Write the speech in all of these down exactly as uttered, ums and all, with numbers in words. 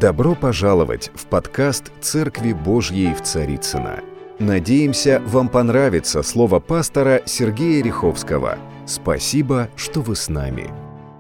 Добро пожаловать в подкаст «Церкви Божьей в Царицыно». Надеемся, вам понравится слово пастора Сергея Риховского. Спасибо, что вы с нами.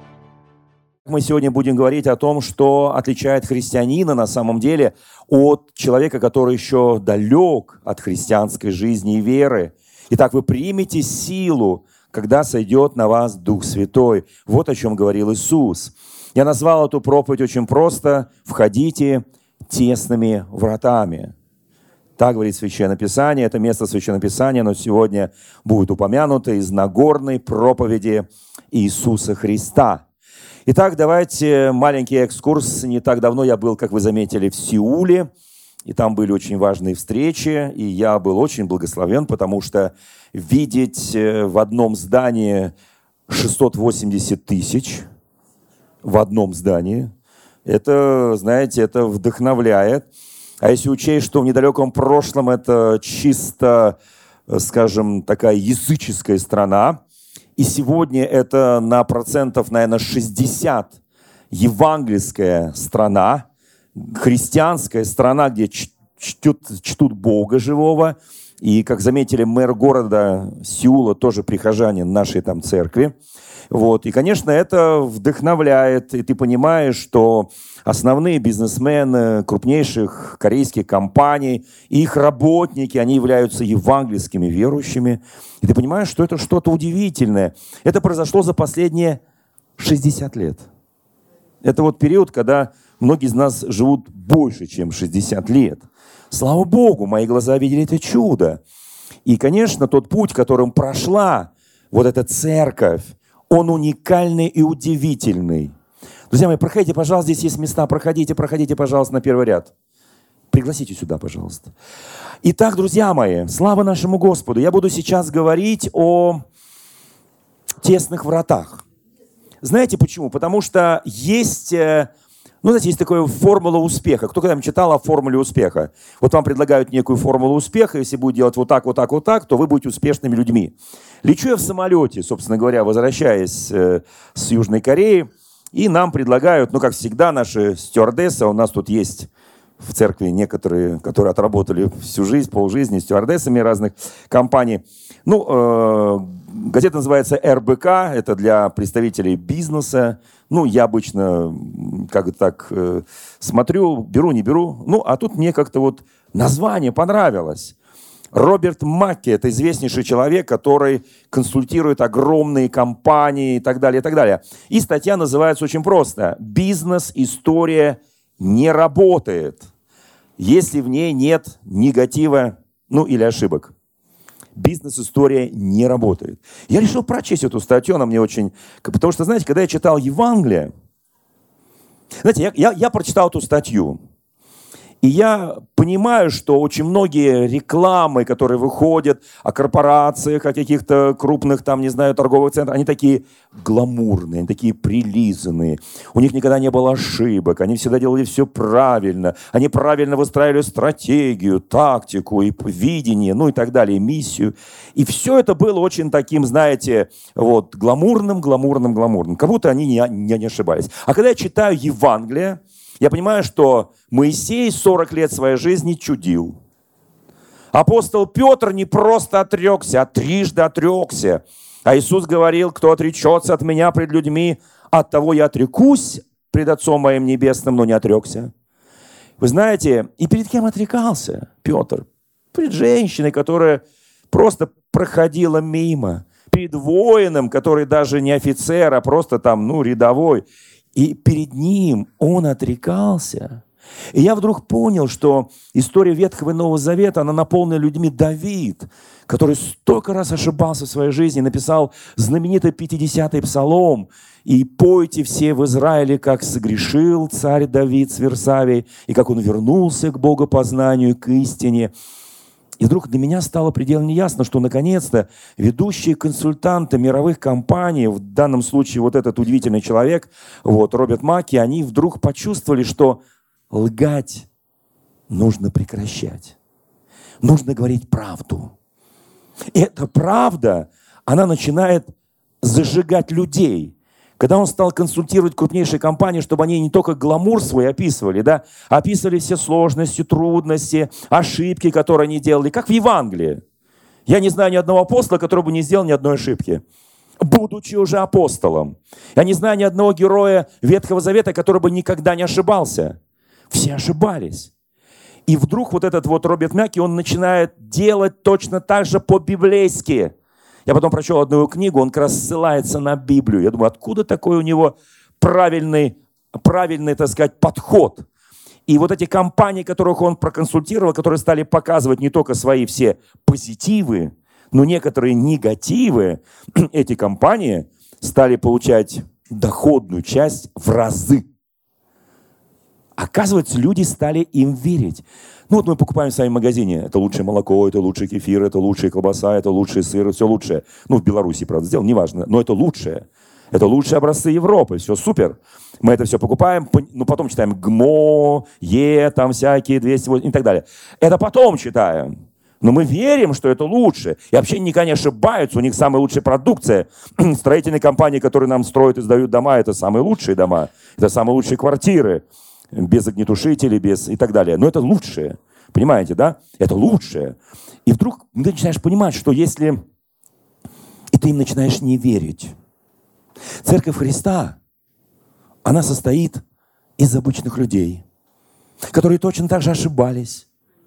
Мы сегодня будем говорить о том, что отличает христианина на самом деле от человека, который еще далек от христианской жизни и веры. Итак, вы примете силу, когда сойдет на вас Дух Святой. Вот о чем говорил Иисус. Я назвал эту проповедь очень просто: «Входите тесными вратами». Так говорит Священное Писание. Это место Священного Писания, но сегодня будет упомянуто из Нагорной проповеди Иисуса Христа. Итак, давайте маленький экскурс. Не так давно я был, как вы заметили, в Сеуле, и там были очень важные встречи, и я был очень благословен, потому что видеть в одном здании шестьсот восемьдесят тысяч в одном здании, это, знаете, это вдохновляет. А если учесть, что в недалеком прошлом это чисто, скажем, такая языческая страна, и сегодня это на процентов, наверное, шестьдесят евангельская страна, христианская страна, где чтут, чтут Бога живого. И, как заметили, мэр города Сеула тоже прихожанин нашей там церкви. Вот. И, конечно, это вдохновляет, и ты понимаешь, что основные бизнесмены крупнейших корейских компаний, их работники, они являются евангельскими верующими. И ты понимаешь, что это что-то удивительное. Это произошло за последние шестьдесят лет. Это вот период, когда многие из нас живут больше, чем шестьдесят лет. Слава Богу, мои глаза видели это чудо. И, конечно, тот путь, которым прошла вот эта церковь, он уникальный и удивительный. Друзья мои, проходите, пожалуйста, здесь есть места, проходите, проходите, пожалуйста, на первый ряд. Пригласите сюда, пожалуйста. Итак, друзья мои, слава нашему Господу. Я буду сейчас говорить о тесных вратах. Знаете почему? Потому что есть, ну, знаете, есть такая формула успеха. Кто когда-нибудь читал о формуле успеха? Вот вам предлагают некую формулу успеха, если будет делать вот так, вот так, вот так, то вы будете успешными людьми. Лечу я в самолете, собственно говоря, возвращаясь э, с Южной Кореи, и нам предлагают, ну, как всегда, наши стюардессы, у нас тут есть в церкви некоторые, которые отработали всю жизнь, полжизни стюардессами разных компаний. Ну, э, газета называется эр бэ ка, это для представителей бизнеса. Ну, я обычно как так э, смотрю, беру, не беру. Ну, а тут мне как-то вот название понравилось. Роберт Макки – это известнейший человек, который консультирует огромные компании и так далее, и так далее. И статья называется очень просто: «Бизнес-история не работает, если в ней нет негатива, ну или ошибок». Бизнес-история не работает. Я решил прочесть эту статью, она мне очень... Потому что, знаете, когда я читал Евангелие, знаете, я, я, я прочитал эту статью, и я понимаю, что очень многие рекламы, которые выходят о корпорациях, о каких-то крупных, там, не знаю, торговых центрах, они такие гламурные, они такие прилизанные. У них никогда не было ошибок, они всегда делали все правильно. Они правильно выстраивали стратегию, тактику, и видение, ну и так далее, миссию. И все это было очень таким, знаете, вот, гламурным, гламурным, гламурным. Как будто они не, не, не ошибались. А когда я читаю Евангелие, я понимаю, что Моисей сорок лет своей жизни чудил. Апостол Петр не просто отрекся, а трижды отрекся. А Иисус говорил: кто отречется от меня пред людьми, от того я отрекусь пред Отцом моим небесным, но не отрекся. Вы знаете, и перед кем отрекался Петр? Перед женщиной, которая просто проходила мимо. Перед воином, который даже не офицер, а просто там, ну, рядовой. И перед ним он отрекался. И я вдруг понял, что история Ветхого и Нового Завета, она наполнена людьми. Давид, который столько раз ошибался в своей жизни, написал знаменитый пятидесятый псалом: «И пойте все в Израиле, как согрешил царь Давид с Версавией, и как он вернулся к богопознанию, к истине». И вдруг для меня стало предельно ясно, что наконец-то ведущие консультанты мировых компаний, в данном случае вот этот удивительный человек, вот, Роберт Макки, они вдруг почувствовали, что лгать нужно прекращать. Нужно говорить правду. И эта правда, она начинает зажигать людей. Когда он стал консультировать крупнейшие компании, чтобы они не только гламур свой описывали, да, а описывали все сложности, трудности, ошибки, которые они делали, как в Евангелии. Я не знаю ни одного апостола, который бы не сделал ни одной ошибки, будучи уже апостолом. Я не знаю ни одного героя Ветхого Завета, который бы никогда не ошибался. Все ошибались. И вдруг вот этот вот Роберт Мяки, он начинает делать точно так же по-библейски. Я потом прочел одну его книгу, он как раз ссылается на Библию. Я думаю, откуда такой у него правильный, правильный, так сказать, подход? И вот эти компании, которых он проконсультировал, которые стали показывать не только свои все позитивы, но некоторые негативы, эти компании стали получать доходную часть в разы. Оказывается, люди стали им верить. Ну вот мы покупаем в своем магазине. Это лучшее молоко, это лучший кефир, это лучшая колбаса, это лучший сыр, все лучшее. Ну, в Беларуси, правда, сделано, неважно. Но это лучшее. Это лучшие образцы Европы, все супер. Мы это все покупаем, ну потом читаем ГМО, Е, там всякие двести восемь и так далее. Это потом читаем. Но мы верим, что это лучше. И вообще никогда не ошибаются, у них самая лучшая продукция. Строительные компании, которые нам строят и сдают дома, это самые лучшие дома. Это самые лучшие квартиры. Без огнетушителей, без и так далее. Но это лучшее. Понимаете, да? Это лучшее. И вдруг ты начинаешь понимать, что если... И ты им начинаешь не верить. Церковь Христа, она состоит из обычных людей, которые точно так же ошибались.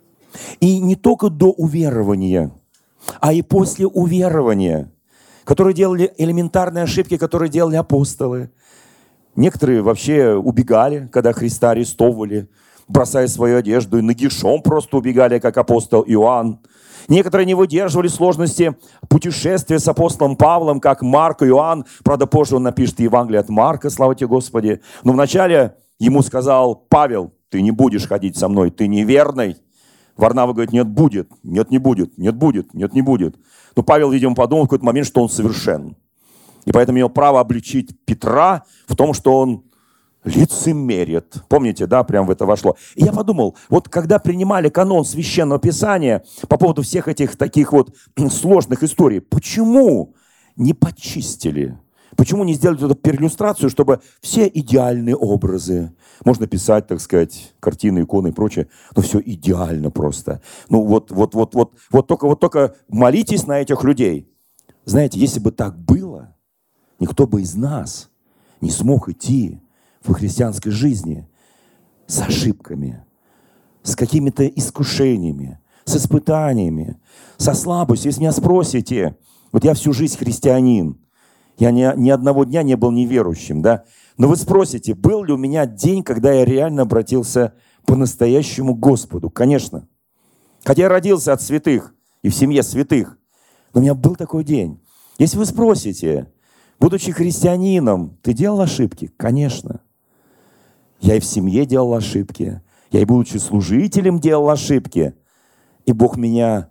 И не только до уверования, а и после уверования, которые делали элементарные ошибки, которые делали апостолы. Некоторые вообще убегали, когда Христа арестовывали, бросая свою одежду, и нагишом просто убегали, как апостол Иоанн. Некоторые не выдерживали сложности путешествия с апостолом Павлом, как Марк и Иоанн. Правда, позже он напишет Евангелие от Марка, слава тебе, Господи. Но вначале ему сказал: Павел, ты не будешь ходить со мной, ты неверный. Варнава говорит: нет, будет, нет, не будет, нет, будет, нет, не будет. Но Павел, видимо, подумал в какой-то момент, что он совершен. И поэтому имел право обличить Петра в том, что он лицемерит. Помните, да, прям в это вошло. И я подумал, вот когда принимали канон Священного Писания по поводу всех этих таких вот сложных историй, почему не почистили? Почему не сделали эту перлюстрацию, чтобы все идеальные образы, можно писать, так сказать, картины, иконы и прочее, но все идеально просто. Ну вот, вот, вот, вот, вот только, вот только молитесь на этих людей. Знаете, если бы так было, никто бы из нас не смог идти в христианской жизни с ошибками, с какими-то искушениями, с испытаниями, со слабостью. Если меня спросите, вот я всю жизнь христианин, я ни, ни одного дня не был неверующим, да? Но вы спросите, был ли у меня день, когда я реально обратился по-настоящему к Господу? Конечно. Хотя я родился от святых и в семье святых, но у меня был такой день. Если вы спросите, будучи христианином, ты делал ошибки? Конечно. Я и в семье делал ошибки. Я и будучи служителем делал ошибки. И Бог меня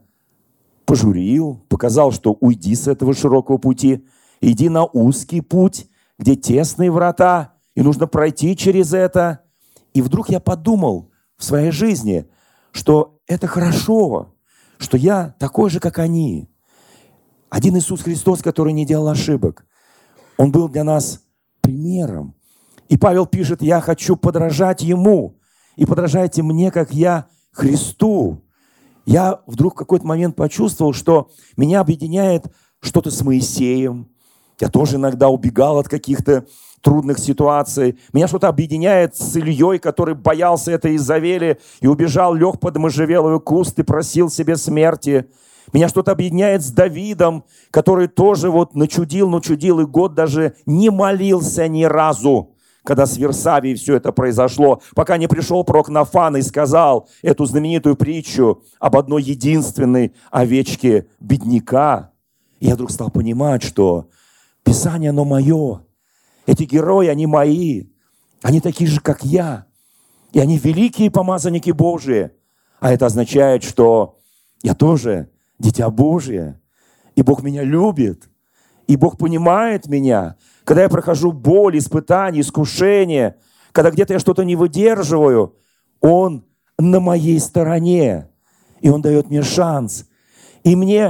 пожурил, показал, что уйди с этого широкого пути, иди на узкий путь, где тесные врата, и нужно пройти через это. И вдруг я подумал в своей жизни, что это хорошо, что я такой же, как они. Один Иисус Христос, который не делал ошибок, Он был для нас примером. И Павел пишет: я хочу подражать Ему. И подражайте мне, как я Христу. Я вдруг в какой-то момент почувствовал, что меня объединяет что-то с Моисеем. Я тоже иногда убегал от каких-то трудных ситуаций. Меня что-то объединяет с Ильей, который боялся этой Изавели и убежал, лег под можжевеловый куст и просил себе смерти. Меня что-то объединяет с Давидом, который тоже вот начудил, начудил, и год даже не молился ни разу, когда с Версавией все это произошло, пока не пришел пророк Нафан и сказал эту знаменитую притчу об одной единственной овечке бедняка. И я вдруг стал понимать, что Писание, оно мое. Эти герои, они мои. Они такие же, как я. И они великие помазанники Божии. А это означает, что я тоже дитя Божие. И Бог меня любит. И Бог понимает меня. Когда я прохожу боль, испытания, искушения, когда где-то я что-то не выдерживаю, Он на моей стороне. И Он дает мне шанс. И мне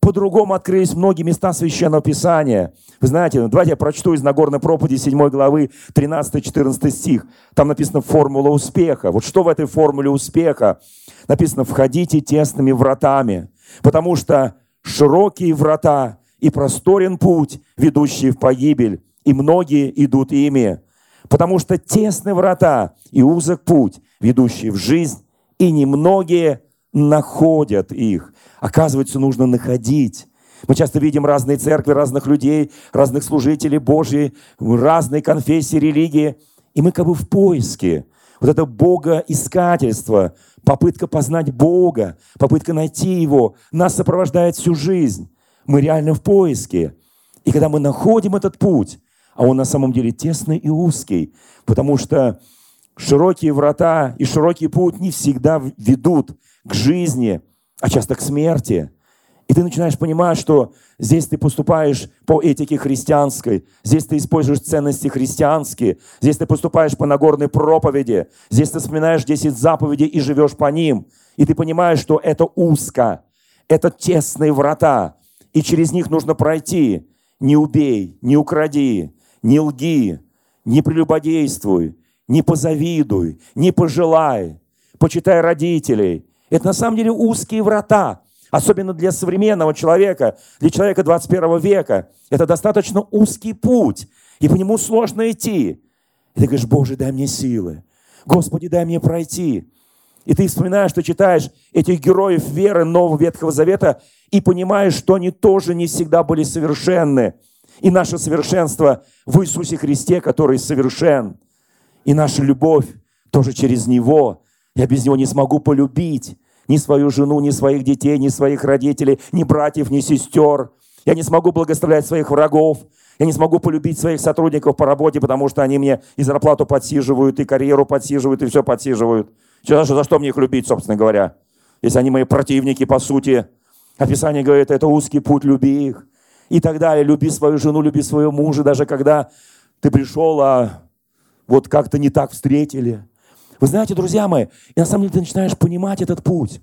по-другому открылись многие места Священного Писания. Вы знаете, давайте я прочту из Нагорной проповеди седьмой главы тринадцатый-четырнадцатый стих. Там написана формула успеха. Вот что в этой формуле успеха? Написано: «Входите тесными вратами, потому что широкие врата и просторен путь, ведущий в погибель, и многие идут ими. Потому что тесны врата и узок путь, ведущий в жизнь, и немногие находят их». Оказывается, нужно находить. Мы часто видим разные церкви, разных людей, разных служителей Божьи, разные конфессии, религии. И мы как бы в поиске. Вот это богоискательство, попытка познать Бога, попытка найти Его, нас сопровождает всю жизнь. Мы реально в поиске. И когда мы находим этот путь, а он на самом деле тесный и узкий, потому что широкие врата и широкий путь не всегда ведут к жизни, а часто к смерти. И ты начинаешь понимать, что здесь ты поступаешь по этике христианской, здесь ты используешь ценности христианские, здесь ты поступаешь по Нагорной проповеди, здесь ты вспоминаешь десять заповедей и живешь по ним. И ты понимаешь, что это узко, это тесные врата, и через них нужно пройти. Не убей, не укради, не лги, не прелюбодействуй, не позавидуй, не пожелай, почитай родителей. Это на самом деле узкие врата, особенно для современного человека, для человека двадцать первого века. Это достаточно узкий путь, и по нему сложно идти. И ты говоришь: Боже, дай мне силы, Господи, дай мне пройти. И ты вспоминаешь, ты читаешь этих героев веры Нового Ветхого Завета и понимаешь, что они тоже не всегда были совершенны. И наше совершенство в Иисусе Христе, который совершен. И наша любовь тоже через Него. Я без Него не смогу полюбить ни свою жену, ни своих детей, ни своих родителей, ни братьев, ни сестер. Я не смогу благословлять своих врагов. Я не смогу полюбить своих сотрудников по работе, потому что они мне и зарплату подсиживают, и карьеру подсиживают, и все подсиживают. За, за что мне их любить, собственно говоря? Если они мои противники, по сути. А Писание говорит: это узкий путь, люби их. И так далее. Люби свою жену, люби своего мужа, даже когда ты пришел, а вот как-то не так встретили. Вы знаете, друзья мои, и на самом деле ты начинаешь понимать этот путь.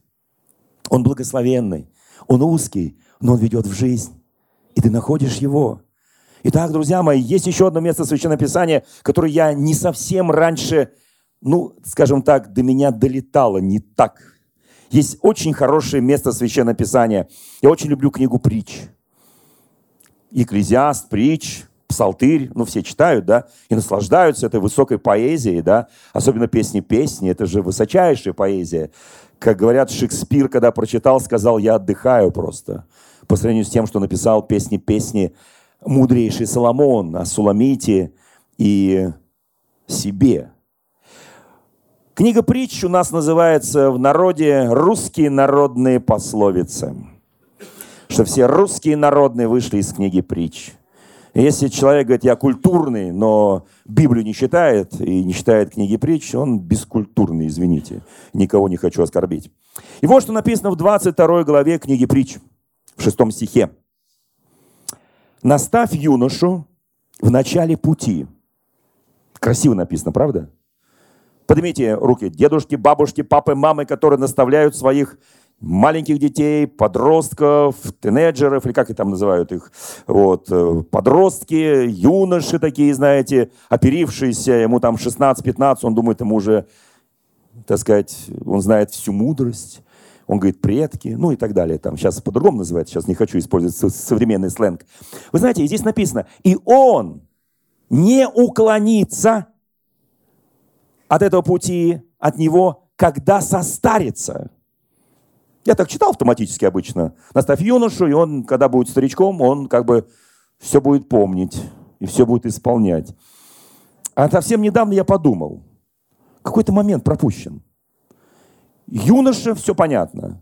Он благословенный, он узкий, но он ведет в жизнь. И ты находишь его. Итак, друзья мои, есть еще одно место Священного Писания, которое я не совсем раньше, ну, скажем так, до меня долетало не так. Есть очень хорошее место Священного Писания. Я очень люблю книгу «Притч». Екклезиаст, Притч, Псалтырь, ну, все читают, да, и наслаждаются этой высокой поэзией, да, особенно песни песни, это же высочайшая поэзия. Как говорят, Шекспир, когда прочитал, сказал: я отдыхаю просто, по сравнению с тем, что написал песни песни мудрейший Соломон о Суламите и себе. Книга «Притч» у нас называется в народе «Русские народные пословицы», что все русские народные вышли из книги «Притч». Если человек говорит: я культурный, но Библию не читает и не читает книги «Притч», он бескультурный, извините. Никого не хочу оскорбить. И вот что написано в двадцать второй главе книги «Притч», в шестом стихе. «Наставь юношу в начале пути». Красиво написано, правда? Поднимите руки дедушки, бабушки, папы, мамы, которые наставляют своих маленьких детей, подростков, тинейджеров, или как их там называют их, вот, подростки, юноши такие, знаете, оперившиеся, ему там шестнадцать-пятнадцать, он думает, ему уже, так сказать, он знает всю мудрость, он говорит предки, ну и так далее. Там сейчас по-другому называется, сейчас не хочу использовать современный сленг. Вы знаете, здесь написано: и он не уклонится от этого пути, от него, когда состарится. Я так читал автоматически обычно. Наставь юношу, и он, когда будет старичком, он как бы все будет помнить и все будет исполнять. А совсем недавно я подумал, какой-то момент пропущен. Юноша — все понятно.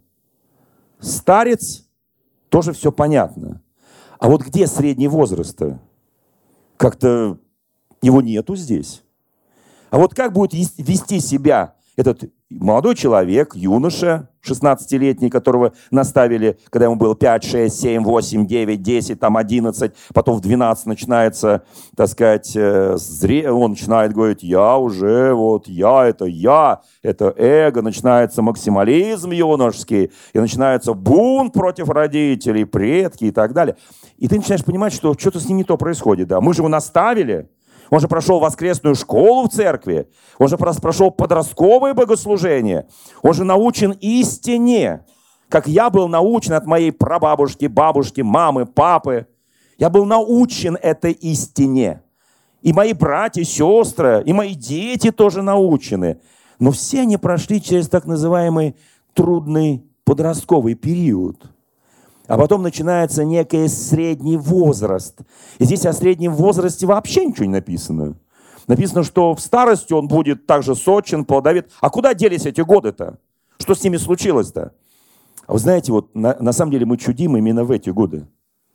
Старец — тоже все понятно. А вот где средний возраст-то? Как-то его нету здесь. А вот как будет вести себя этот молодой человек, юноша, шестнадцатилетний, которого наставили, когда ему было пять, шесть, семь, восемь, девять, десять, там одиннадцать, потом в двенадцать начинается, так сказать, зре... он начинает говорить, я уже, вот я, это я, это эго, начинается максимализм юношеский, и начинается бунт против родителей, предки и так далее. И ты начинаешь понимать, что что-то с ним не то происходит. Да? Мы же его наставили. Он же прошел воскресную школу в церкви. Он же прошел подростковое богослужение. Он же научен истине. Как я был научен от моей прабабушки, бабушки, мамы, папы. Я был научен этой истине. И мои братья, сестры, и мои дети тоже научены. Но все они прошли через так называемый трудный подростковый период. А потом начинается некий средний возраст. И здесь о среднем возрасте вообще ничего не написано. Написано, что в старости он будет также сочен, плодовит. А куда делись эти годы-то? Что с ними случилось-то? А вы знаете, вот на, на самом деле мы чудим именно в эти годы.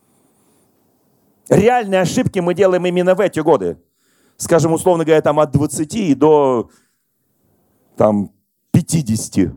Реальные ошибки мы делаем именно в эти годы. Скажем, условно говоря, там от двадцати до там, пятидесяти.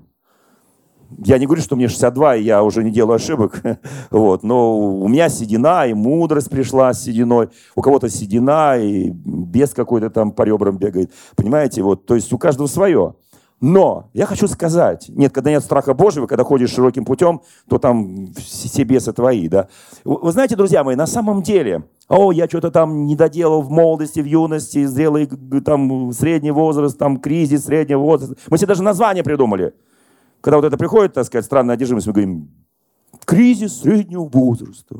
Я не говорю, что мне шестьдесят два, и я уже не делаю ошибок. Вот. Но у меня седина, и мудрость пришла с сединой. У кого-то седина, и бес какой-то там по ребрам бегает. Понимаете? Вот. То есть у каждого свое. Но я хочу сказать, нет, когда нет страха Божьего, когда ходишь широким путем, то там все бесы твои. Да? Вы знаете, друзья мои, на самом деле, о, я что-то там не доделал в молодости, в юности, зрелый там средний возраст, там кризис среднего возраста. Мы себе даже название придумали. Когда вот это приходит, так сказать, странная одержимость, мы говорим, кризис среднего возраста.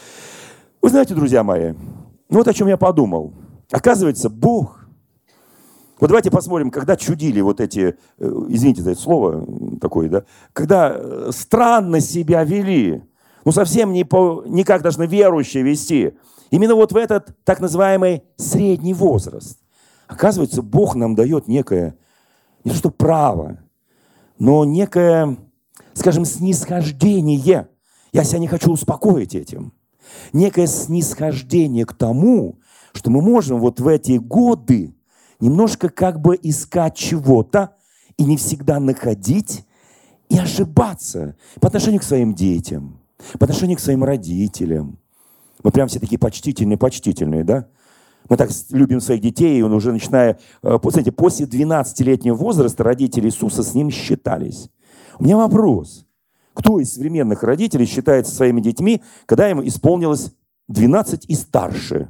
Вы знаете, друзья мои, ну вот о чем я подумал. Оказывается, Бог, вот давайте посмотрим, когда чудили вот эти, извините за это слово такое, да, когда странно себя вели, ну совсем не, по, не как должны верующие вести, именно вот в этот так называемый средний возраст. Оказывается, Бог нам дает некое, не то что право, но некое, скажем, снисхождение. Я себя не хочу успокоить этим. Некое снисхождение к тому, что мы можем вот в эти годы немножко как бы искать чего-то и не всегда находить и ошибаться по отношению к своим детям, по отношению к своим родителям. Мы прям все такие почтительные, почтительные, да? Мы так любим своих детей, и он уже начиная, знаете, после двенадцатилетнего возраста родители Иисуса с ним считались. У меня вопрос. Кто из современных родителей считается своими детьми, когда им исполнилось двенадцать и старше?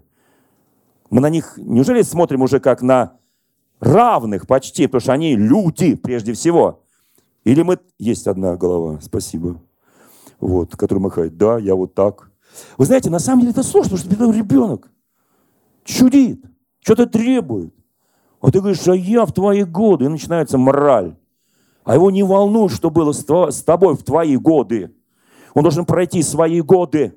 Мы на них, неужели смотрим уже как на равных почти, потому что они люди прежде всего? Или мы... Есть одна голова, спасибо, вот, которая махает. Да, я вот так. Вы знаете, на самом деле это сложно, потому что это ребенок. Чудит, что-то требует. А ты говоришь, а я в твои годы. И начинается мораль. А его не волнует, что было с тобой в твои годы. Он должен пройти свои годы.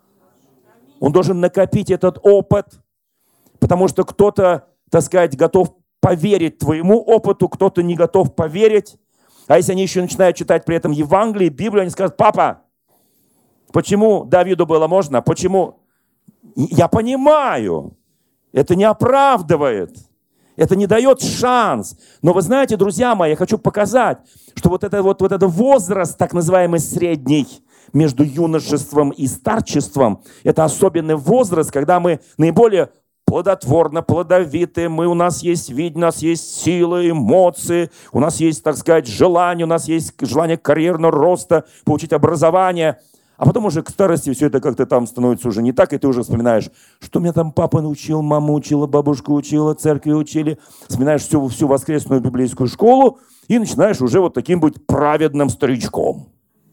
Он должен накопить этот опыт. Потому что кто-то, так сказать, готов поверить твоему опыту, кто-то не готов поверить. А если они еще начинают читать при этом Евангелие, Библию, они скажут, папа, почему Давиду было можно? Почему? Я понимаю. Это не оправдывает, это не дает шанс. Но вы знаете, друзья мои, я хочу показать, что вот, это, вот, вот этот возраст, так называемый средний, между юношеством и старчеством, это особенный возраст, когда мы наиболее плодотворно, плодовиты, мы, у нас есть видение, у нас есть силы, эмоции, у нас есть, так сказать, желание, у нас есть желание карьерного роста, получить образование. А потом уже к старости все это как-то там становится уже не так, и ты уже вспоминаешь, что меня там папа научил, мама учила, бабушка учила, церкви учили. Вспоминаешь всю, всю воскресную библейскую школу и начинаешь уже вот таким быть праведным старичком.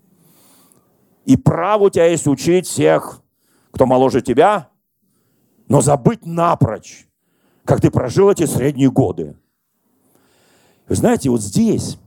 И право у тебя есть учить всех, кто моложе тебя, но забыть напрочь, как ты прожил эти средние годы. Вы знаете, вот здесь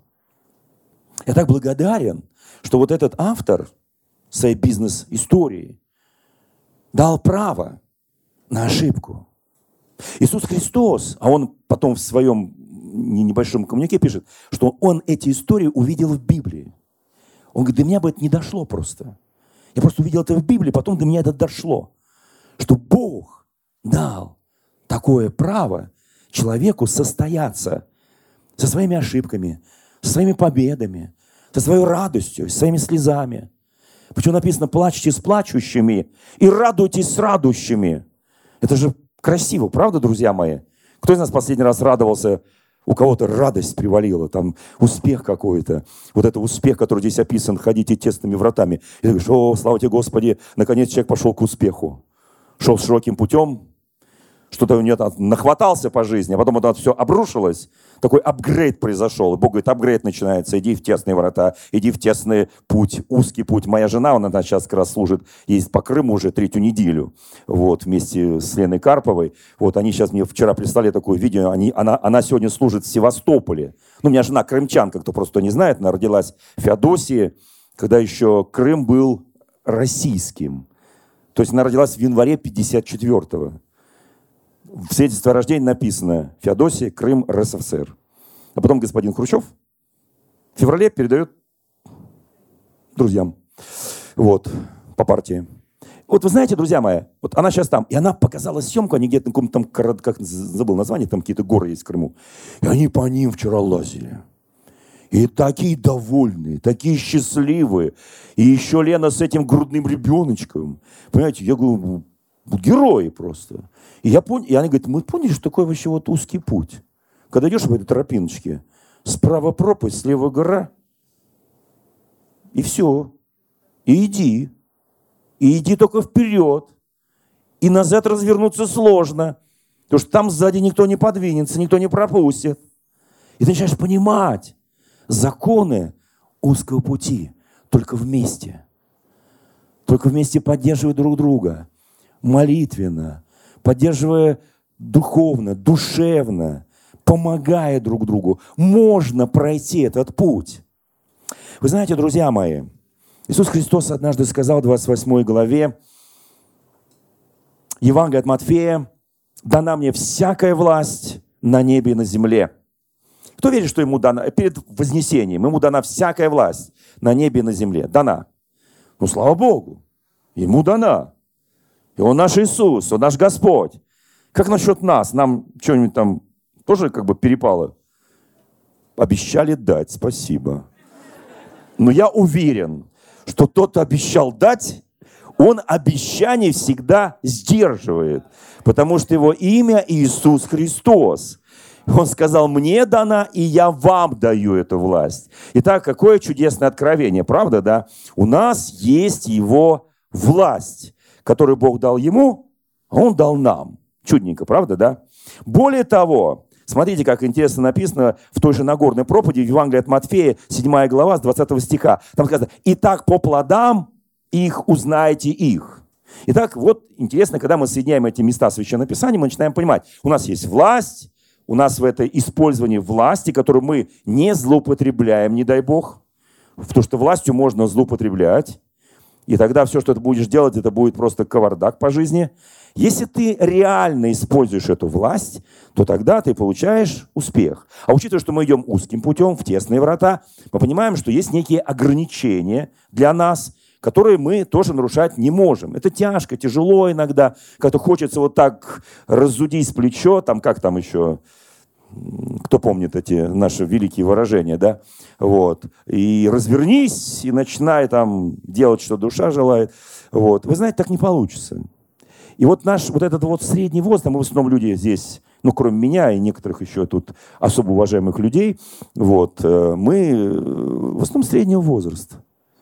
я так благодарен, что вот этот автор своей бизнес-истории дал право на ошибку. Иисус Христос, а он потом в своем небольшом коммюнике пишет, что он эти истории увидел в Библии. Он говорит, до меня бы это не дошло просто. Я просто увидел это в Библии, потом до меня это дошло. Что Бог дал такое право человеку состояться со своими ошибками, со своими победами, со своей радостью, со своими слезами. Почему написано «плачьте с плачущими и радуйтесь с радующими». Это же красиво, правда, друзья мои? Кто из нас последний раз радовался, у кого-то радость привалила, там успех какой-то. Вот это успех, который здесь описан, ходите тесными вратами. И ты говоришь: о, слава тебе, Господи, наконец человек пошел к успеху. Шел широким путем, что-то у него там нахватался по жизни, а потом это все обрушилось. Такой апгрейд произошел. И Бог говорит: апгрейд начинается, иди в тесные врата, иди в тесный путь, узкий путь. Моя жена, она сейчас как раз служит, ездит по Крыму уже третью неделю, вот, вместе с Леной Карповой. Вот, они сейчас мне вчера прислали такое видео, они, она, она сегодня служит в Севастополе. Ну, у меня жена крымчанка, кто просто не знает, она родилась в Феодосии, когда еще Крым был российским. То есть она родилась в январе пятьдесят четвёртого. В свидетельстве о рождении написано: Феодосия, Крым, РСФСР. А потом господин Хрущев в феврале передает друзьям. Вот, по партии. Вот вы знаете, друзья мои, вот она сейчас там, и она показала съемку, они где-то на каком-то там, как забыл название, там какие-то горы есть в Крыму. И они по ним вчера лазили. И такие довольные, такие счастливые. И еще Лена с этим грудным ребеночком. Понимаете, я говорю, герои просто. И, я пон... и они говорят: мы поняли, что такой вообще вот узкий путь. Когда идешь по этой тропиночке, справа пропасть, слева гора. И все. И иди. И иди только вперед. И назад развернуться сложно. Потому что там сзади никто не подвинется, никто не пропустит. И ты начинаешь понимать законы узкого пути. Только вместе. Только вместе поддерживая друг друга. Молитвенно. Поддерживая духовно, душевно. Помогая друг другу. Можно пройти этот путь. Вы знаете, друзья мои, Иисус Христос однажды сказал в двадцать восьмой главе Евангелия от Матфея: «Дана мне всякая власть на небе и на земле». Кто верит, что ему дана, перед вознесением, ему дана всякая власть на небе и на земле? Дана. Ну, слава Богу, ему дана. И он наш Иисус, он наш Господь. Как насчет нас? Нам что-нибудь там тоже как бы перепало? Обещали дать, спасибо. Но я уверен, что тот, кто обещал дать, он обещание всегда сдерживает. Потому что его имя Иисус Христос. Он сказал: мне дана, и я вам даю эту власть. Итак, какое чудесное откровение, правда, да? У нас есть его власть, которую Бог дал ему, а он дал нам. Чудненько, правда, да? Более того, смотрите, как интересно написано в той же Нагорной проповеди, в Евангелии от Матфея, седьмая глава, с двадцатого стиха. Там сказано: «Итак, по плодам их узнаете их». Итак, вот интересно, когда мы соединяем эти места Священного Писания, мы начинаем понимать, у нас есть власть, у нас в это использование власти, которую мы не злоупотребляем, не дай Бог, потому что властью можно злоупотреблять, и тогда все, что ты будешь делать, это будет просто кавардак по жизни. Если ты реально используешь эту власть, то тогда ты получаешь успех. А учитывая, что мы идем узким путем, в тесные врата, мы понимаем, что есть некие ограничения для нас, которые мы тоже нарушать не можем. Это тяжко, тяжело иногда. Как-то хочется вот так разудить плечо, там как там еще... Кто помнит эти наши великие выражения, да? Вот. И развернись, и начинай там делать, что душа желает. Вот. Вы знаете, так не получится. И вот наш вот этот вот средний возраст, мы в основном люди здесь, ну, кроме меня и некоторых еще тут особо уважаемых людей, вот, мы в основном среднего возраста,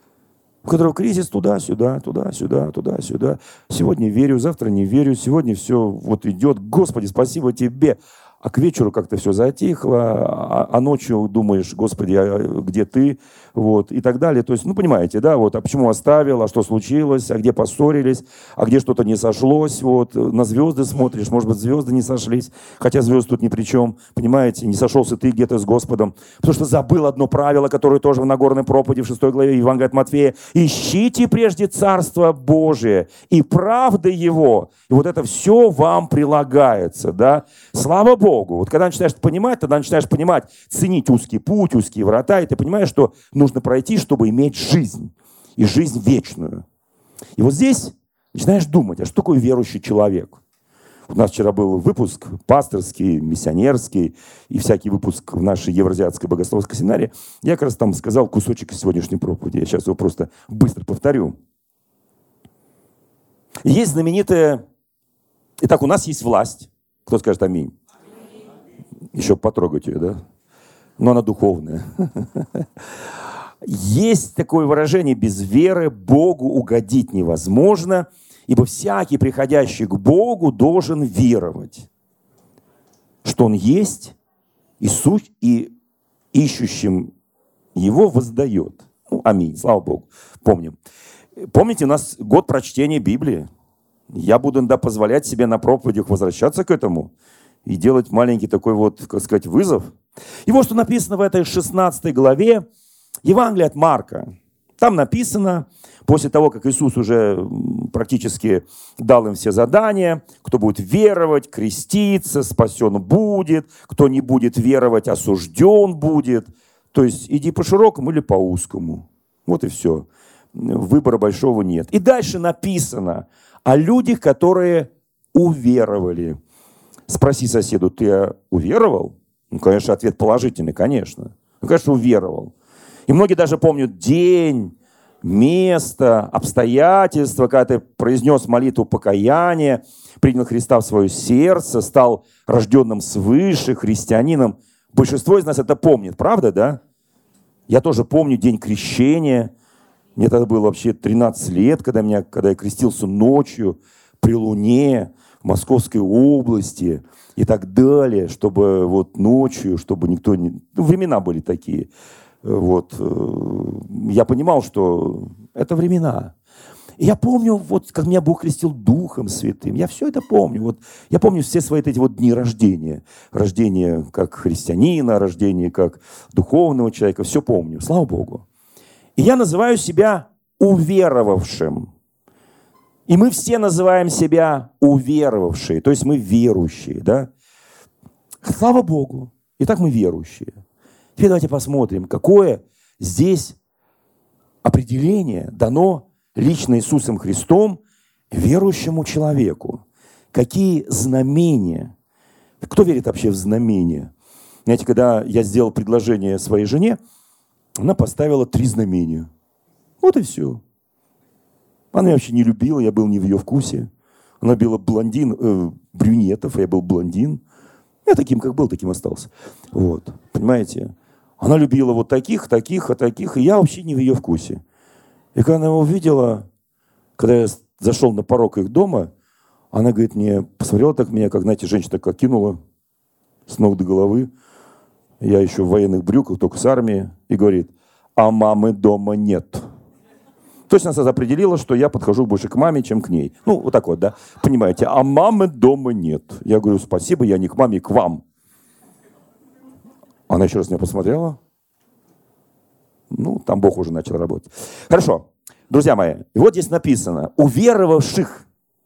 у которого кризис туда-сюда, туда-сюда, туда-сюда. Сегодня верю, завтра не верю, сегодня все вот идет, Господи, спасибо тебе. А к вечеру как-то все затихло, а, а ночью думаешь: Господи, а где ты? Вот, и так далее. То есть, ну, понимаете, да, вот, а почему оставил, а что случилось, а где поссорились, а где что-то не сошлось, вот, на звезды смотришь, может быть, звезды не сошлись, хотя звезды тут ни при чем, понимаете, не сошелся ты где-то с Господом, потому что забыл одно правило, которое тоже в Нагорной проповеди в шестой главе Евангелия от Матфея: «Ищите прежде Царство Божие и правды Его, и вот это все вам прилагается», да, слава Богу. Богу. Вот когда начинаешь понимать, тогда начинаешь понимать, ценить узкий путь, узкие врата, и ты понимаешь, что нужно пройти, чтобы иметь жизнь, и жизнь вечную. И вот здесь начинаешь думать: а что такое верующий человек? У нас вчера был выпуск пасторский, миссионерский и всякий выпуск в нашей Евразиатской богословской семинаре. Я как раз там сказал кусочек из сегодняшней проповеди. Я сейчас его просто быстро повторю. Есть знаменитая... Итак, у нас есть власть. Кто скажет аминь? Еще потрогать ее, да? Но она духовная. Есть такое выражение: без веры Богу угодить невозможно, ибо всякий, приходящий к Богу, должен веровать, что Он есть, и суть, и ищущим Его воздает. Ну, аминь, слава Богу. Помним. Помните, у нас год прочтения Библии. Я буду иногда позволять себе на проповедях возвращаться к этому и делать маленький такой вот, как сказать, вызов. И вот что написано в этой шестнадцатой главе Евангелия от Марка. Там написано, после того, как Иисус уже практически дал им все задания, кто будет веровать, креститься, спасен будет, кто не будет веровать, осужден будет. То есть иди по широкому или по узкому. Вот и все. Выбора большого нет. И дальше написано о людях, которые уверовали. Спроси соседу: ты уверовал? Ну, конечно, ответ положительный, конечно. Ну, конечно, уверовал. И многие даже помнят день, место, обстоятельства, когда ты произнес молитву покаяния, принял Христа в свое сердце, стал рожденным свыше, христианином. Большинство из нас это помнит, правда, да? Я тоже помню день крещения. Мне тогда было вообще тринадцать лет, когда, меня, когда я крестился ночью при луне в Московской области и так далее, чтобы вот ночью, чтобы никто не... Ну, времена были такие. Вот. Я понимал, что это времена. И я помню, вот, как меня Бог крестил Духом Святым. Я все это помню. Вот, я помню все свои эти вот дни рождения. Рождение как христианина, рождение как духовного человека. Все помню. Слава Богу. И я называю себя уверовавшим. И мы все называем себя уверовавшие. То есть мы верующие. Да? Слава Богу. Итак, мы верующие. Теперь давайте посмотрим, какое здесь определение дано лично Иисусом Христом верующему человеку. Какие знамения? Кто верит вообще в знамения? Знаете, когда я сделал предложение своей жене, она поставила три знамения. Вот и все. Она меня вообще не любила, я был не в ее вкусе. Она любила блондин, э, брюнетов, а я был блондин. Я таким, как был, таким остался. Вот, понимаете? Она любила вот таких, таких, а таких, и я вообще не в ее вкусе. И когда она его увидела, когда я зашел на порог их дома, она, говорит, мне посмотрела так меня, как, знаете, женщина так кинула с ног до головы. Я еще в военных брюках, только с армии, и говорит: а мамы дома нет. То есть она сразу определила, что я подхожу больше к маме, чем к ней. Ну, вот так вот, да, понимаете, а мамы дома нет. Я говорю: спасибо, я не к маме, к вам. Она еще раз меня посмотрела. Ну, там Бог уже начал работать. Хорошо, друзья мои, и вот здесь написано: уверовавших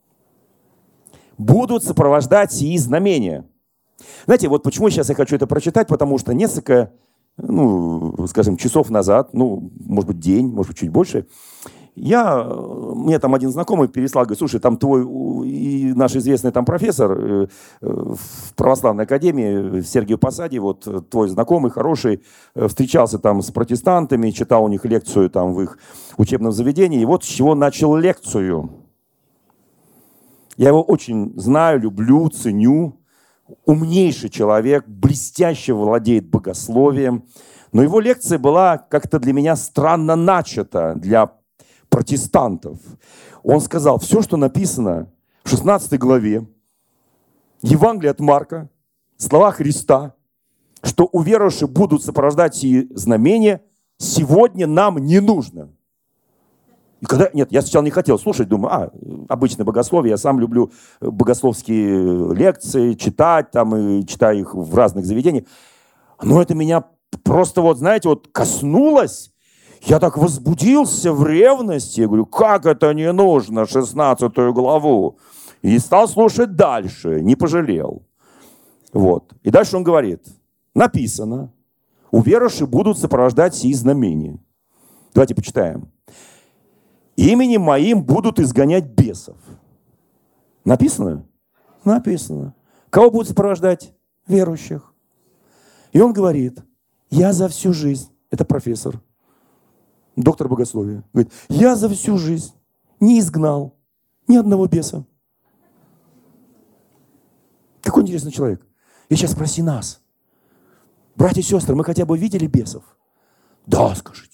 будут сопровождать сии знамения. Знаете, вот почему сейчас я хочу это прочитать, потому что несколько, ну, скажем, часов назад, ну, может быть, день, может быть, чуть больше, я, мне там один знакомый переслал, говорит: слушай, там твой и наш известный там профессор э, в православной академии в Сергиев Посаде, вот твой знакомый, хороший, э, встречался там с протестантами, читал у них лекцию там в их учебном заведении, и вот с чего начал лекцию. Я его очень знаю, люблю, ценю. Умнейший человек, блестяще владеет богословием. Но его лекция была как-то для меня странно начата, для протестантов. Он сказал: все, что написано в шестнадцатой главе Евангелия от Марка, слова Христа, что уверовавшие будут сопровождать сии знамения, сегодня нам не нужно. И когда... Нет, я сначала не хотел слушать, думаю, а, обычное богословие, я сам люблю богословские лекции, читать там, и читаю их в разных заведениях. Но это меня просто, вот, знаете, вот коснулось. Я так возбудился в ревности. Я говорю: как это не нужно, шестнадцатую главу? И стал слушать дальше, не пожалел. Вот. И дальше он говорит: написано, уверовавшие будут сопровождать сии знамения. Давайте почитаем. Именем моим будут изгонять бесов. Написано? Написано. Кого будут сопровождать? Верующих. И он говорит, я за всю жизнь, это профессор, доктор богословия, говорит, я за всю жизнь не изгнал ни одного беса. Какой интересный человек. И сейчас спроси нас. Братья и сестры, мы хотя бы видели бесов? Да, скажите.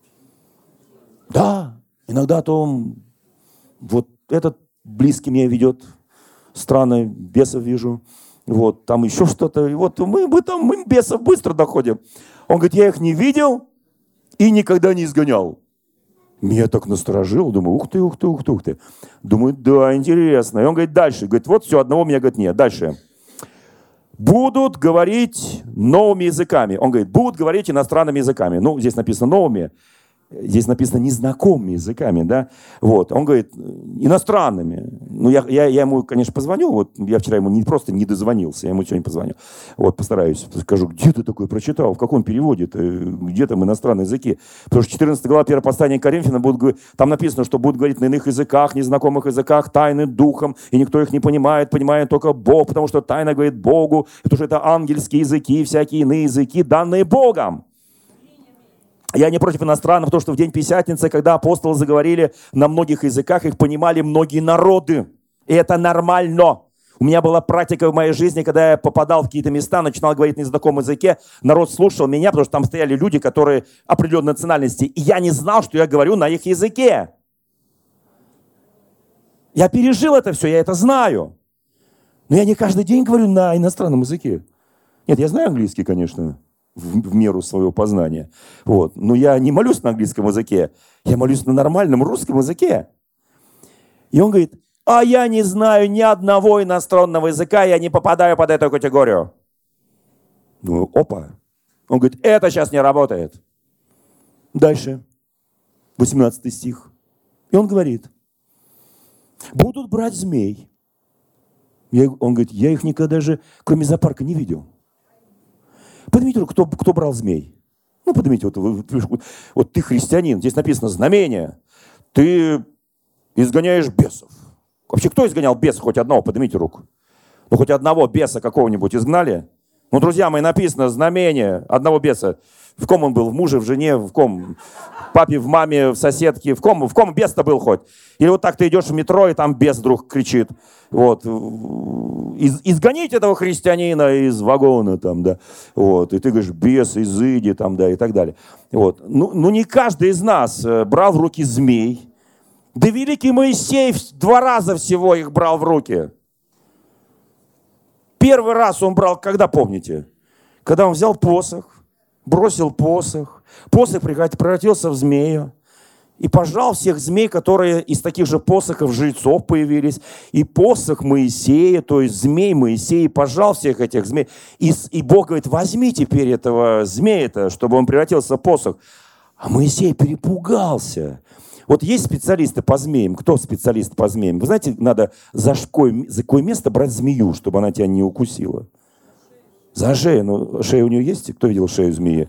Да. Иногда то он, вот этот близкий меня ведет, странно, бесов вижу. Вот, там еще что-то. И вот мы, мы там, мы бесов быстро доходим. Он говорит, я их не видел и никогда не изгонял. Меня так насторожило. Думаю, ух ты, ух ты, ух ты, ух ты. Думаю, да, интересно. И он говорит, дальше. Говорит, вот все, одного меня, говорит, нет. Дальше. Будут говорить новыми языками. Он говорит, будут говорить иностранными языками. Ну, здесь написано новыми. Здесь написано незнакомыми языками, да. Вот. Он говорит, иностранными. Ну, я, я, я ему, конечно, позвоню. Вот я вчера ему не просто не дозвонился, я ему сегодня позвоню. Вот, постараюсь. Скажу, где ты такое прочитал? В каком переводе? Где там иностранные языки? Потому что четырнадцатая глава первого послания к Коринфянам, будут, там написано, что будут говорить на иных языках, незнакомых языках, тайны духом, и никто их не понимает, понимает только Бог, потому что тайна говорит Богу, потому что это ангельские языки, всякие иные языки, данные Богом. Я не против иностранных, потому что в день Пятидесятницы, когда апостолы заговорили на многих языках, их понимали многие народы. И это нормально. У меня была практика в моей жизни, когда я попадал в какие-то места, начинал говорить на незнакомом языке, народ слушал меня, потому что там стояли люди, которые определенной национальности, и я не знал, что я говорю на их языке. Я пережил это все, я это знаю. Но я не каждый день говорю на иностранном языке. Нет, я знаю английский, конечно. В, в меру своего познания. Вот. Но я не молюсь на английском языке, я молюсь на нормальном русском языке. И он говорит, а я не знаю ни одного иностранного языка, я не попадаю под эту категорию. Ну, опа. Он говорит, это сейчас не работает. Дальше. восемнадцатый стих. И он говорит, будут брать змей. Я, он говорит, я их никогда даже, кроме зоопарка, не видел. Поднимите руку, кто, кто брал змей. Ну, поднимите, вот, вот, вот ты христианин, здесь написано знамение. Ты изгоняешь бесов. Вообще, кто изгонял беса? Хоть одного, поднимите руку. Ну, хоть одного беса какого-нибудь изгнали? Ну, друзья мои, написано знамение одного беса. В ком он был? В муже, в жене, в ком? В папе, в маме, в соседке. В ком, в ком бес-то был хоть? Или вот так ты идешь в метро, и там бес вдруг кричит. Вот. Из, изгоните этого христианина из вагона там, да. Вот. И ты говоришь, бес, изыди там, да, и так далее. Вот. Ну, ну, не каждый из нас брал в руки змей. Да великий Моисей два раза всего их брал в руки. Первый раз он брал, когда, помните? Когда он взял посох, бросил посох, посох превратился в змею и пожал всех змей, которые из таких же посохов жрецов появились. И посох Моисея, то есть змей Моисея, пожал всех этих змей. И, и Бог говорит, возьми теперь этого змея-то, чтобы он превратился в посох. А Моисей перепугался. Вот есть специалисты по змеям. Кто специалист по змеям? Вы знаете, надо за, шкой, за какое место брать змею, чтобы она тебя не укусила? За шею. Ну, шея у нее есть? Кто видел шею змеи?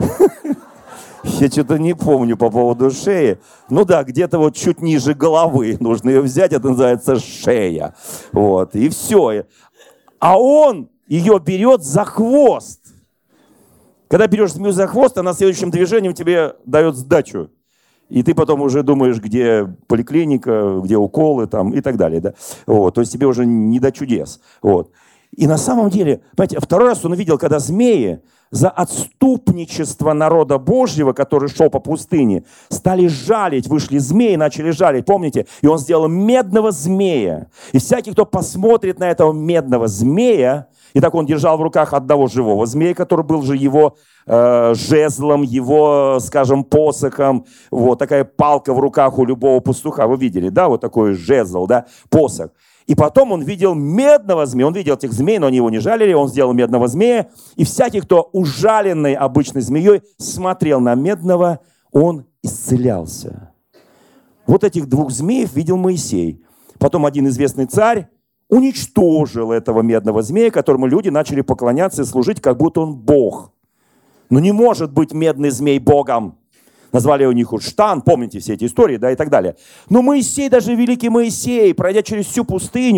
Я что-то не помню по поводу шеи. Ну да, где-то вот чуть ниже головы нужно ее взять. Это называется шея. Вот, и все. А он ее берет за хвост. Когда берешь змею за хвост, она следующим движением тебе дает сдачу. И ты потом уже думаешь, где поликлиника, где уколы там, и так далее. Да? Вот, то есть тебе уже не до чудес. Вот. И на самом деле, понимаете, второй раз он увидел, когда змеи за отступничество народа Божьего, который шел по пустыне, стали жалить, вышли змеи, начали жалить, помните? И он сделал медного змея. И всякий, кто посмотрит на этого медного змея, и так он держал в руках одного живого змея, который был же его э, жезлом, его, скажем, посохом. Вот такая палка в руках у любого пастуха. Вы видели, да, вот такой жезл, да, посох. И потом он видел медного змея. Он видел этих змей, но они его не жалили. Он сделал медного змея. И всякий, кто ужаленный обычной змеей, смотрел на медного, он исцелялся. Вот этих двух змеев видел Моисей. Потом один известный царь уничтожил этого медного змея, которому люди начали поклоняться и служить, как будто он Бог. Но не может быть медный змей Богом. Назвали у них Штан, помните все эти истории, да, и так далее. Но Моисей, даже великий Моисей, пройдя через всю пустыню,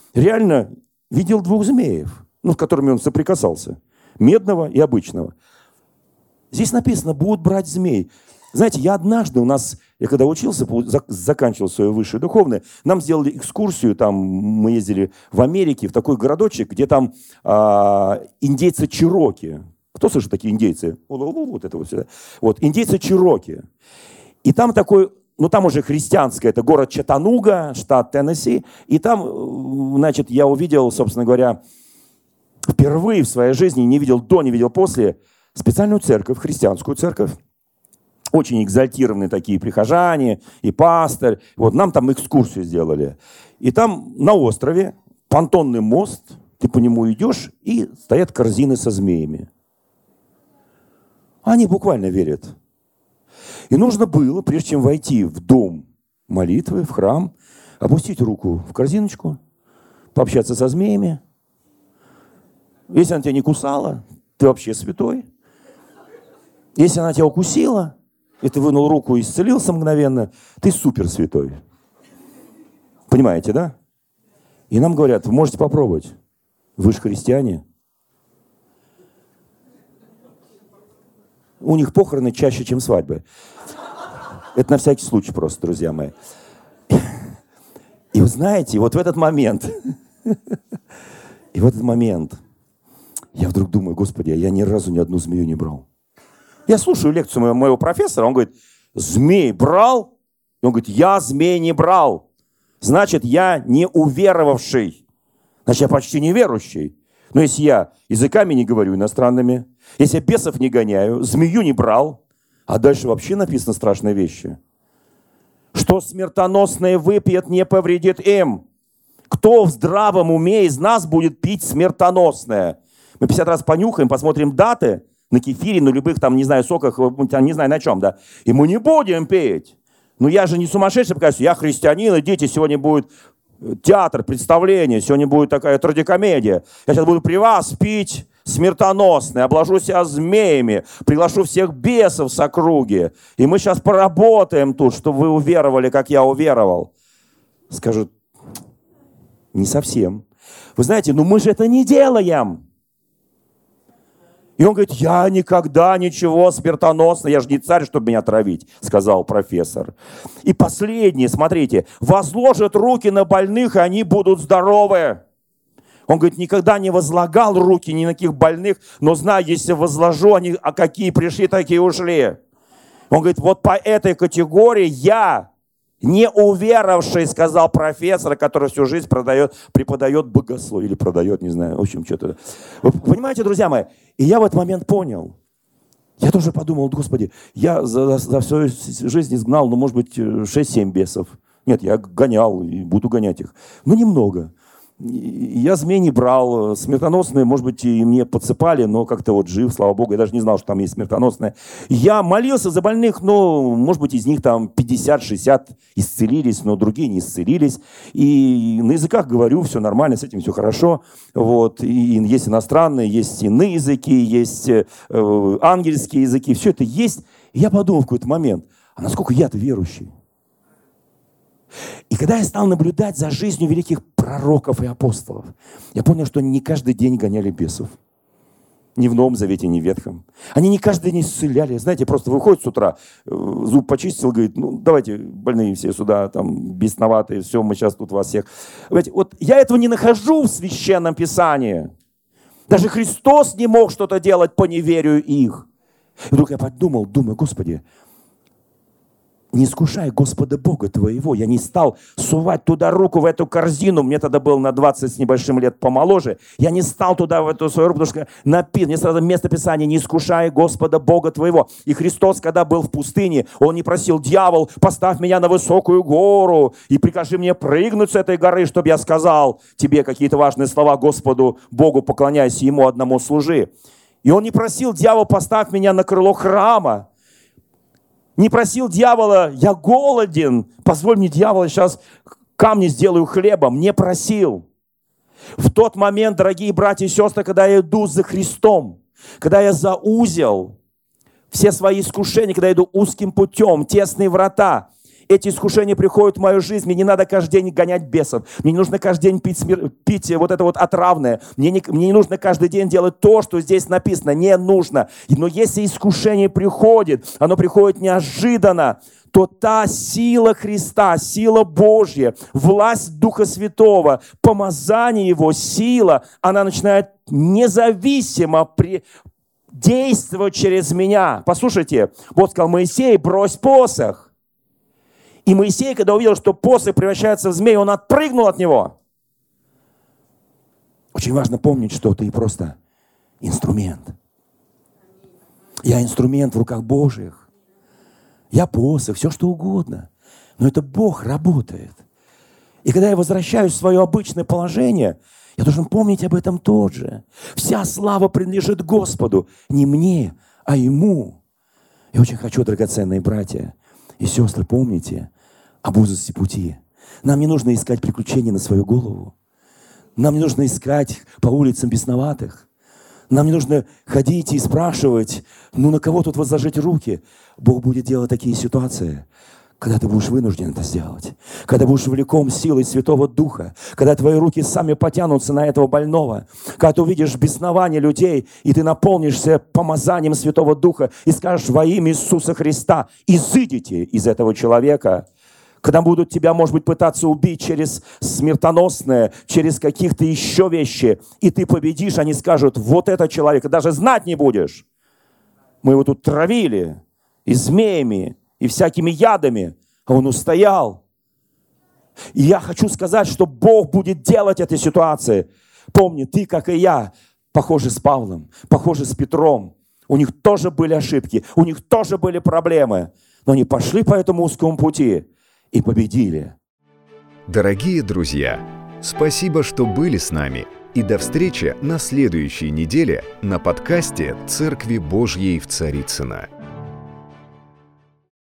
реально видел двух змеев, ну, с которыми он соприкасался. Медного и обычного. Здесь написано, будут брать змей. Знаете, я однажды у нас, я когда учился, заканчивал свое высшее духовное, нам сделали экскурсию, там мы ездили в Америке, в такой городочек, где там а, индейцы Чероки. Кто слышит такие индейцы? Вот это вот сюда. Вот, индейцы Чероки. И там такой, ну там уже христианское, это город Чаттануга, штат Теннесси. И там, значит, я увидел, собственно говоря, впервые в своей жизни, не видел до, не видел после, специальную церковь, христианскую церковь. Очень экзальтированные такие прихожане и пастырь. Вот нам там экскурсию сделали. И там на острове понтонный мост, ты по нему идешь, и стоят корзины со змеями. Они буквально верят. И нужно было, прежде чем войти в дом молитвы, в храм, опустить руку в корзиночку, пообщаться со змеями. Если она тебя не кусала, ты вообще святой. Если она тебя укусила, и ты вынул руку и исцелился мгновенно, ты супер святой. Понимаете, да? И нам говорят, вы можете попробовать. Вы же христиане. У них похороны чаще, чем свадьбы. Это на всякий случай просто, друзья мои. И вы знаете, вот в этот момент, и в этот момент я вдруг думаю, Господи, я ни разу ни одну змею не брал. Я слушаю лекцию моего, моего профессора, он говорит, змей брал? И он говорит, я змей не брал. Значит, я не уверовавший. Значит, я почти неверующий. Но если я языками не говорю иностранными, если я бесов не гоняю, змею не брал, а дальше вообще написано страшные вещи. Что смертоносное выпьет, не повредит им. Кто в здравом уме из нас будет пить смертоносное? Мы пятьдесят раз понюхаем, посмотрим даты, на кефире, на любых, там, не знаю, соках, не знаю на чем, да. И мы не будем петь. Но я же не сумасшедший, покажу, я христианин, идите, сегодня будет театр, представление, сегодня будет такая трагикомедия. Я сейчас буду при вас пить смертоносное, обложу себя змеями, приглашу всех бесов с округи. И мы сейчас поработаем тут, чтобы вы уверовали, как я уверовал. Скажут, не совсем. Вы знаете, ну мы же это не делаем. И он говорит, я никогда ничего смертоносного, я же не царь, чтобы меня травить, сказал профессор. И последнее, смотрите, возложат руки на больных, и они будут здоровы. Он говорит, никогда не возлагал руки ни на каких больных, но знаю, если возложу, они, а какие пришли, такие ушли. Он говорит, вот по этой категории я, не уверовавший, сказал профессор, который всю жизнь продает, преподает богословие, или продает, не знаю, в общем, что-то. Вы понимаете, друзья мои? И я в этот момент понял. Я тоже подумал, Господи, я за, за всю жизнь изгнал, ну, может быть, шесть-семь бесов. Нет, я гонял и буду гонять их. Но немного. Я змей не брал, смертоносные, может быть, и мне подсыпали, но как-то вот жив, слава Богу, я даже не знал, что там есть смертоносные. Я молился за больных, но, может быть, из них там пятьдесят-шестьдесят исцелились, но другие не исцелились. И на языках говорю, все нормально, с этим все хорошо. Вот. И есть иностранные, есть иные языки, есть э, ангельские языки, все это есть. И я подумал в какой-то момент, а насколько я-то верующий? И когда я стал наблюдать за жизнью великих пророков и апостолов, я понял, что они не каждый день гоняли бесов. Ни в Новом Завете, ни в Ветхом. Они не каждый день исцеляли. Знаете, просто выходит с утра, зуб почистил, говорит, ну давайте больные все сюда, там, бесноватые, все, мы сейчас тут вас всех. Знаете, вот я этого не нахожу в Священном Писании. Даже Христос не мог что-то делать по неверию их. И вдруг я подумал, думаю, Господи, не искушай Господа Бога твоего. Я не стал сувать туда руку, в эту корзину. Мне тогда было на двадцать с небольшим лет помоложе. Я не стал туда в эту свою руку, потому что написано, мне сразу место Писания, не искушай Господа Бога твоего. И Христос, когда был в пустыне, Он не просил, дьявол, поставь меня на высокую гору и прикажи мне прыгнуть с этой горы, чтобы я сказал тебе какие-то важные слова Господу Богу, поклоняйся Ему одному служи. И Он не просил, дьявол, поставь меня на крыло храма. Не просил дьявола, я голоден, позволь мне, дьявол, я сейчас камни сделаю хлебом. Не просил. В тот момент, дорогие братья и сестры, когда я иду за Христом, когда я заузил все свои искушения, когда я иду узким путем, тесные врата, эти искушения приходят в мою жизнь, мне не надо каждый день гонять бесов, мне не нужно каждый день пить, смер... пить вот это вот отравное, мне не... мне не нужно каждый день делать то, что здесь написано, не нужно. Но если искушение приходит, оно приходит неожиданно, то та сила Христа, сила Божья, власть Духа Святого, помазание Его, сила, она начинает независимо при... действовать через меня. Послушайте, Бог сказал: Моисей, брось посох. И Моисей, когда увидел, что посох превращается в змея, он отпрыгнул от него. Очень важно помнить, что ты просто инструмент. Я инструмент в руках Божьих. Я посох, все что угодно. Но это Бог работает. И когда я возвращаюсь в свое обычное положение, я должен помнить об этом тоже. Вся слава принадлежит Господу. Не мне, а Ему. Я очень хочу, драгоценные братья и сестры, помните об узости пути. Нам не нужно искать приключений на свою голову. Нам не нужно искать по улицам бесноватых. Нам не нужно ходить и спрашивать, ну на кого тут возложить руки. Бог будет делать такие ситуации, когда ты будешь вынужден это сделать. Когда будешь влеком силой Святого Духа. Когда твои руки сами потянутся на этого больного. Когда ты увидишь беснование людей, и ты наполнишься помазанием Святого Духа и скажешь: во имя Иисуса Христа, изыдите из этого человека. Когда будут тебя, может быть, пытаться убить через смертоносное, через каких-то еще вещи, и ты победишь, они скажут: вот этот человек, даже знать не будешь. Мы его тут травили и змеями, и всякими ядами, а он устоял. И я хочу сказать, что Бог будет делать этой ситуации. Помни, ты, как и я, похожи с Павлом, похожи с Петром. У них тоже были ошибки, у них тоже были проблемы, но они пошли по этому узкому пути и победили. Дорогие друзья, спасибо, что были с нами. И до встречи на следующей неделе на подкасте «Церкви Божьей в Царицыно».